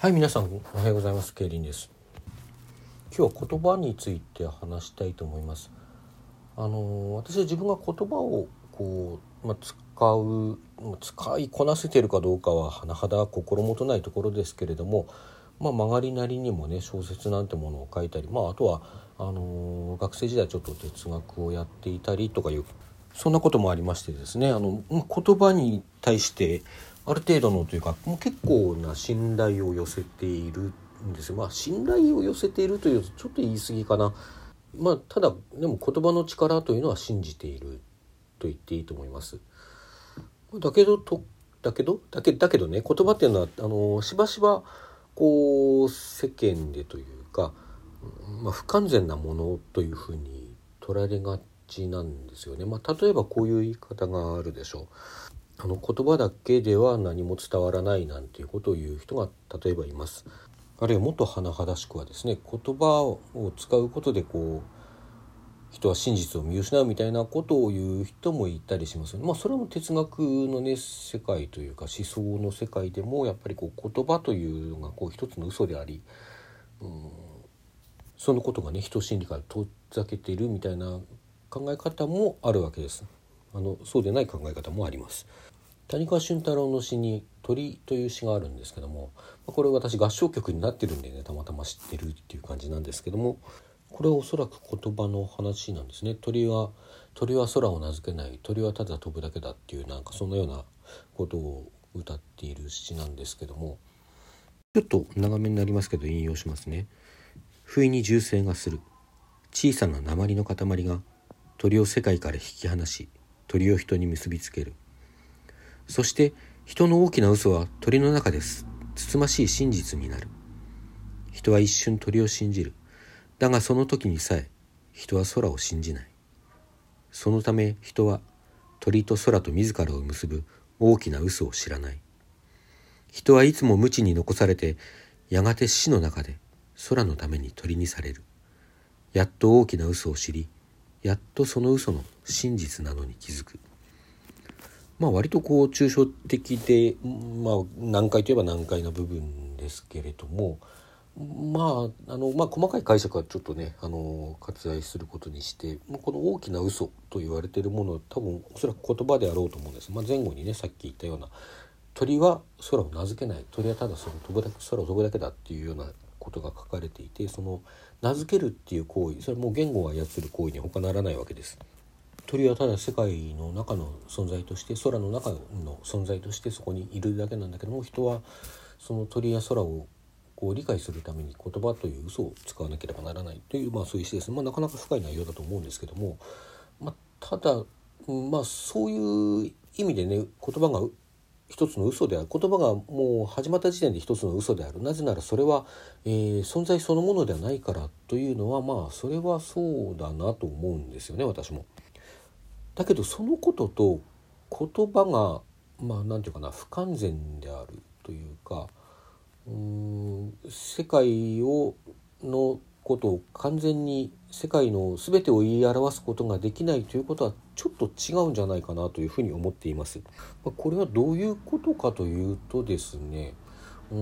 はい、皆さんおはようございます。ケイリンです。今日は言葉について話したいと思います。私は自分が言葉を使いこなせているかどうかは甚だ心もとないところですけれども、曲がりなりにもね小説なんてものを書いたり、あとは学生時代ちょっと哲学をやっていたりとかいうそんなこともありましてですね、言葉に対してある程度のというか結構な信頼を寄せているんですよ。信頼を寄せているというとちょっと言い過ぎかな。ただでも言葉の力というのは信じていると言っていいと思います。だけどね、言葉っていうのはしばしば世間でというか、不完全なものというふうに捉えがちなんですよね。例えばこういう言い方があるでしょう。言葉だけでは何も伝わらないなんていうことを言う人が例えばいます。あるいはもっと甚だしくはですね、言葉を使うことで人は真実を見失うみたいなことを言う人もいたりしますよね。それも哲学のね世界というか思想の世界でもやっぱり言葉というのが一つの嘘であり、そのことがね人心理から遠ざけているみたいな考え方もあるわけです。そうでない考え方もあります。谷川俊太郎の詩に鳥という詩があるんですけども、これ私合唱曲になってるんでねたまたま知ってるっていう感じなんですけども、これはおそらく言葉の話なんですね。鳥は空を名付けない、鳥はただ飛ぶだけだっていうそんなようなことを歌っている詩なんですけども、ちょっと長めになりますけど引用しますね。不意に銃声がする。小さな鉛の塊が鳥を世界から引き離し、鳥を人に結びつける。そして人の大きな嘘は鳥の中ですつつましい真実になる。人は一瞬鳥を信じる。だがその時にさえ人は空を信じない。そのため人は鳥と空と自らを結ぶ大きな嘘を知らない。人はいつも無知に残されて、やがて死の中で空のために鳥にされる。やっと大きな嘘を知り、やっとその嘘の真実なのに気づく。割と抽象的で、難解といえば難解な部分ですけれども、細かい解釈はちょっとね割愛することにして、この大きな嘘と言われているものは多分おそらく言葉であろうと思うんです。前後にねさっき言ったような鳥は空を名付けない、鳥はただ空を飛ぶだけだっていうようなことが書かれていて、その名付けるっていう行為、それはもう言語を操る行為に他ならないわけです。鳥はただ世界の中の存在として、空の中の存在としてそこにいるだけなんだけども、人はその鳥や空を理解するために言葉という嘘を使わなければならないという、そういう詩です。なかなか深い内容だと思うんですけども、ただ、そういう意味でね、言葉が一つの嘘である、言葉がもう始まった時点で一つの嘘である、なぜならそれは、存在そのものではないからというのは、それはそうだなと思うんですよね、私も。だけどそのことと言葉がなんていうかな、不完全であるというか、世界のことを完全に世界の全てを言い表すことができないということはちょっと違うんじゃないかなというふうに思っています。これはどういうことかというとですね、例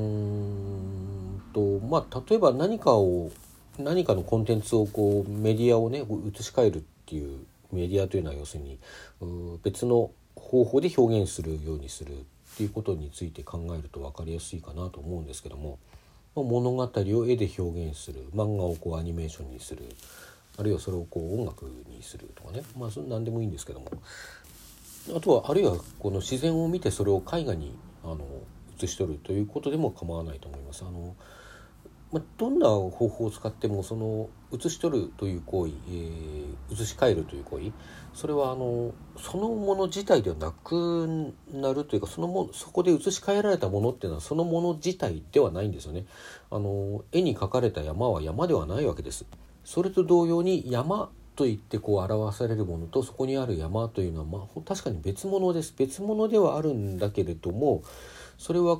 えば何かのコンテンツをメディアをね移し替えるっていう、メディアというのは要するに別の方法で表現するようにするっていうことについて考えると分かりやすいかなと思うんですけども、物語を絵で表現する、漫画をアニメーションにする、あるいはそれを音楽にするとかね、それ何でもいいんですけども、あとはあるいはこの自然を見てそれを絵画に写し取るということでも構わないと思います。どんな方法を使ってもその写し取るという行為、写し替えるという行為、それはそのもの自体ではなくなるというか、そこで写し替えられたものっていうのはそのもの自体ではないんですよね。絵に描かれた山は山ではないわけです。それと同様に山といって表されるものとそこにある山というのは、確かに別物です。別物ではあるんだけれども、それは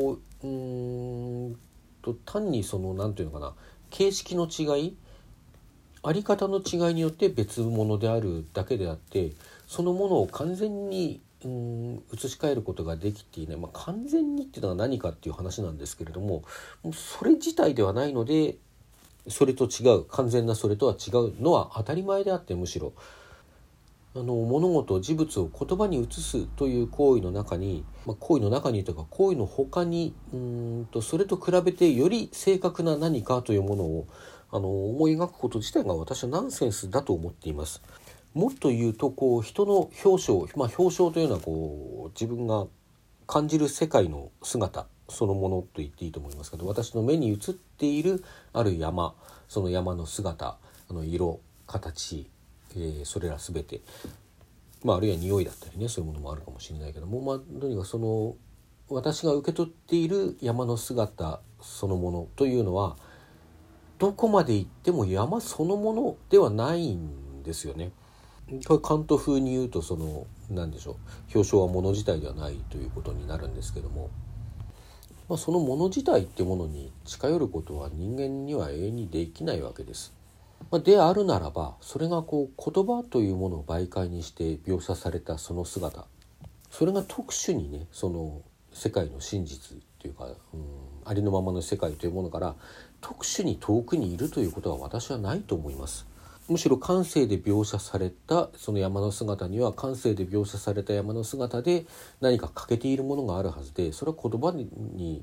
単になんていうのかな、形式の違い、あり方の違いによって別物であるだけであって、そのものを完全に、 移し替えることができていない、完全にっていうのは何かっていう話なんですけれども、もうそれ自体ではないので、それと違う、完全なそれとは違うのは当たり前であって、むしろ物事事物を言葉に移すという行為の中に、行為の中にというか行為の他にそれと比べてより正確な何かというものを思い描くこと自体が私はナンセンスだと思っています。もっと言うと人の表象、表象というのは自分が感じる世界の姿そのものと言っていいと思いますけど、私の目に映っているある山、その山の姿、色、形、それら全て、あるいは匂いだったりね、そういうものもあるかもしれないけども、とにかく私が受け取っている山の姿そのものというのはどこまで行っても山そのものではないんですよね。これカント風に言うと何でしょう、表象は物自体ではないということになるんですけども、その物自体っていうものに近寄ることは人間には永遠にできないわけです。であるならば、それが言葉というものを媒介にして描写されたその姿、それが特殊にね、その世界の真実というか、ありのままの世界というものから特殊に遠くにいるということは私はないと思います。むしろ感性で描写されたその山の姿には、感性で描写された山の姿で何か欠けているものがあるはずで、それは言葉に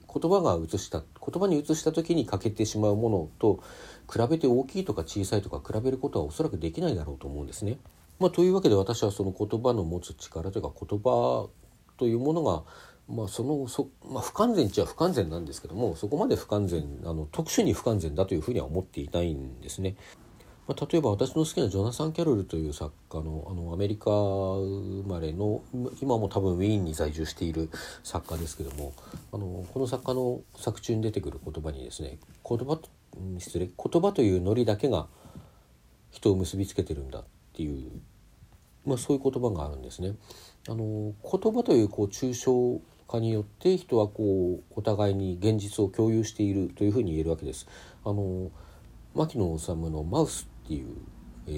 移した時に欠けてしまうものと比べて大きいとか小さいとか比べることはおそらくできないだろうと思うんですね。というわけで私はその言葉の持つ力というか、言葉というものが不完全っちゃ不完全なんですけども、そこまで不完全、特殊に不完全だというふうには思っていないんですね。例えば私の好きなジョナサン・キャロルという作家のアメリカ生まれの、今も多分ウィーンに在住している作家ですけども、この作家の作中に出てくる言葉にですね、言葉というノリだけが人を結びつけてるんだっていう、そういう言葉があるんですね。言葉という抽象化によって人はお互いに現実を共有しているというふうに言えるわけです。牧野治のマウスっていう、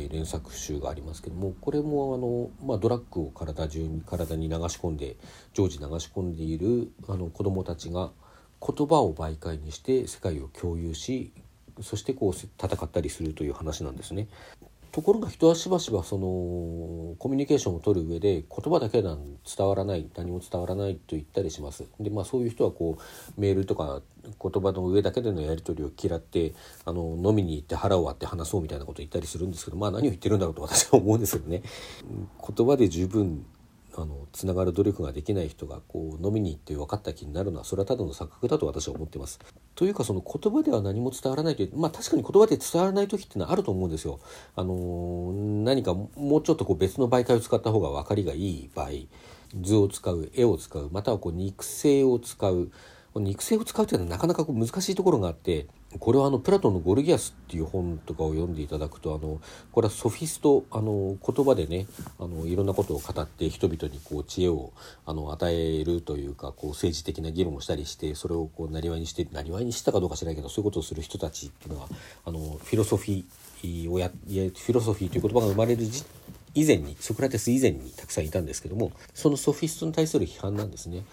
連作集がありますけども、これもドラッグを体に流し込んで常時流し込んでいる子どもたちが言葉を媒介にして世界を共有し、そして戦ったりするという話なんですね。ところが人はしばしばそのコミュニケーションを取る上で言葉だけでは伝わらない、何も伝わらないと言ったりします。で、そういう人はメールとか言葉の上だけでのやり取りを嫌って飲みに行って腹を割って話そうみたいなことを言ったりするんですけど、何を言ってるんだろうと私は思うんですけどね。言葉で十分つながる努力ができない人が飲みに行って分かった気になるのは、それはただの錯覚だと私は思っています。というか、その言葉では何も伝わらないという、確かに言葉で伝わらない時っていうのはあると思うんですよ。何かもうちょっと別の媒介を使った方が分かりがいい場合、図を使う、絵を使う、または肉声を使う。肉声を使うというのはなかなか難しいところがあって、これはプラトンのゴルギアスっていう本とかを読んでいただくと、これはソフィスト、言葉でねいろんなことを語って人々に知恵を与えるというか、政治的な議論をしたりして、それをなりわいにしてたかどうか知らないけど、そういうことをする人たちっていうのはフィロソフィーという言葉が生まれる以前に、ソクラテス以前にたくさんいたんですけども、そのソフィストに対する批判なんですね。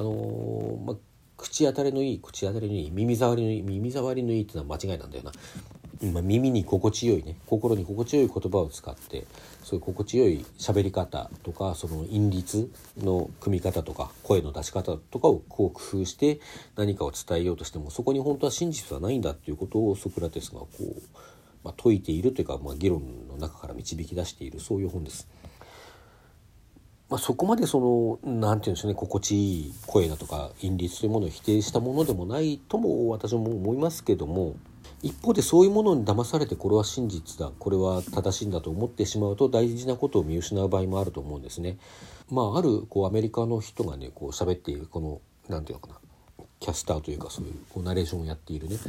口当たりのいい、耳障りのいいっていうのは間違いなんだよな。耳に心地よいね、心に心地よい言葉を使って、そういう心地よい喋り方とか、その韻律の組み方とか声の出し方とかを工夫して何かを伝えようとしても、そこに本当は真実はないんだっていうことをソクラテスが説いているというか、議論の中から導き出している、そういう本です。そこまでなんていうんでしょうね、心地いい声だとか韻律というものを否定したものでもないとも私も思いますけども、一方でそういうものに騙されて、これは真実だ、これは正しいんだと思ってしまうと大事なことを見失う場合もあると思うんですね。あるアメリカの人がね喋っているなんていうのかな、キャスターというか、そういうナレーションをやっているね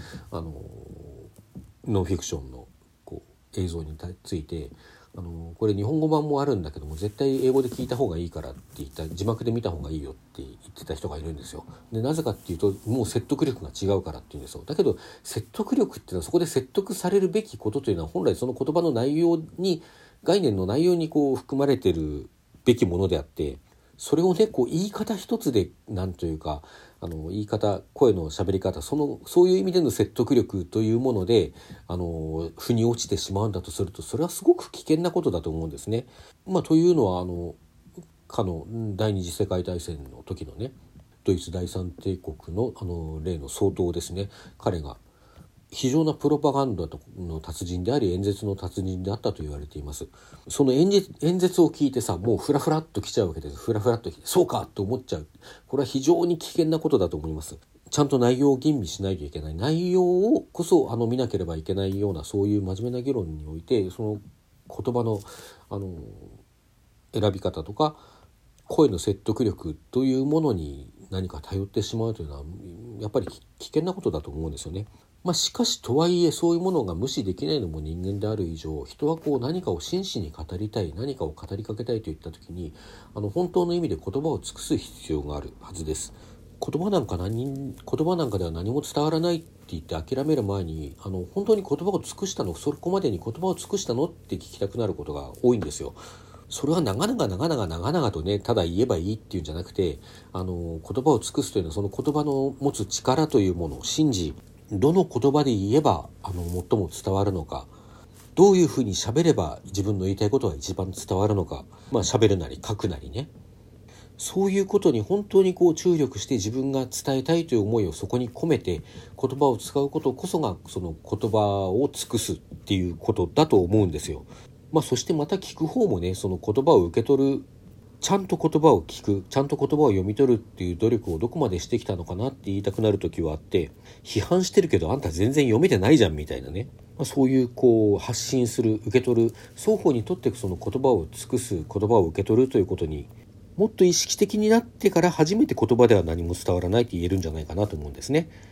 ノンフィクションの映像について、これ日本語版もあるんだけども、絶対英語で聞いた方がいいからって言った、字幕で見た方がいいよって言ってた人がいるんですよ。でなぜかっていうと、もう説得力が違うからっていうんですよ。だけど説得力っていうのは、そこで説得されるべきことというのは、本来その言葉の内容に、概念の内容に含まれてるべきものであって、 それをねこう言い方一つでなんというか言い方声の喋り方そういう意味での説得力というもので腑に落ちてしまうんだとするとそれはすごく危険なことだと思うんですね。というのはかの第二次世界大戦の時のねドイツ第三帝国の例の総統ですね。彼が非常なプロパガンダの達人であり演説の達人であったと言われています。その演説を聞いてさもうフラフラっと来ちゃうわけです。フラフラっと来てそうかと思っちゃう。これは非常に危険なことだと思います。ちゃんと内容を吟味しないといけない内容をこそ見なければいけないようなそういう真面目な議論においてその言葉の選び方とか声の説得力というものに何か頼ってしまうというのはやっぱり危険なことだと思うんですよね。しかしとはいえそういうものが無視できないのも人間である以上人は何かを真摯に語りたい何かを語りかけたいといった時に本当の意味で言葉を尽くす必要があるはずです。言葉なんかでは何も伝わらないって言って諦める前に本当に言葉を尽くしたのそこまでに言葉を尽くしたのって聞きたくなることが多いんですよ。それは長々とねただ言えばいいっていうんじゃなくて言葉を尽くすというのはその言葉の持つ力というものを信じどの言葉で言えば最も伝わるのかどういうふうに喋れば自分の言いたいことが一番伝わるのか喋るなり書くなりねそういうことに本当に注力して自分が伝えたいという思いをそこに込めて言葉を使うことこそがその言葉を尽くすっていうことだと思うんですよ。そしてまた聞く方もねその言葉を受け取るちゃんと言葉を聞くちゃんと言葉を読み取るっていう努力をどこまでしてきたのかなって言いたくなる時はあって批判してるけどあんた全然読めてないじゃんみたいなね、そういう発信する受け取る双方にとってその言葉を尽くす言葉を受け取るということにもっと意識的になってから初めて言葉では何も伝わらないって言えるんじゃないかなと思うんですね。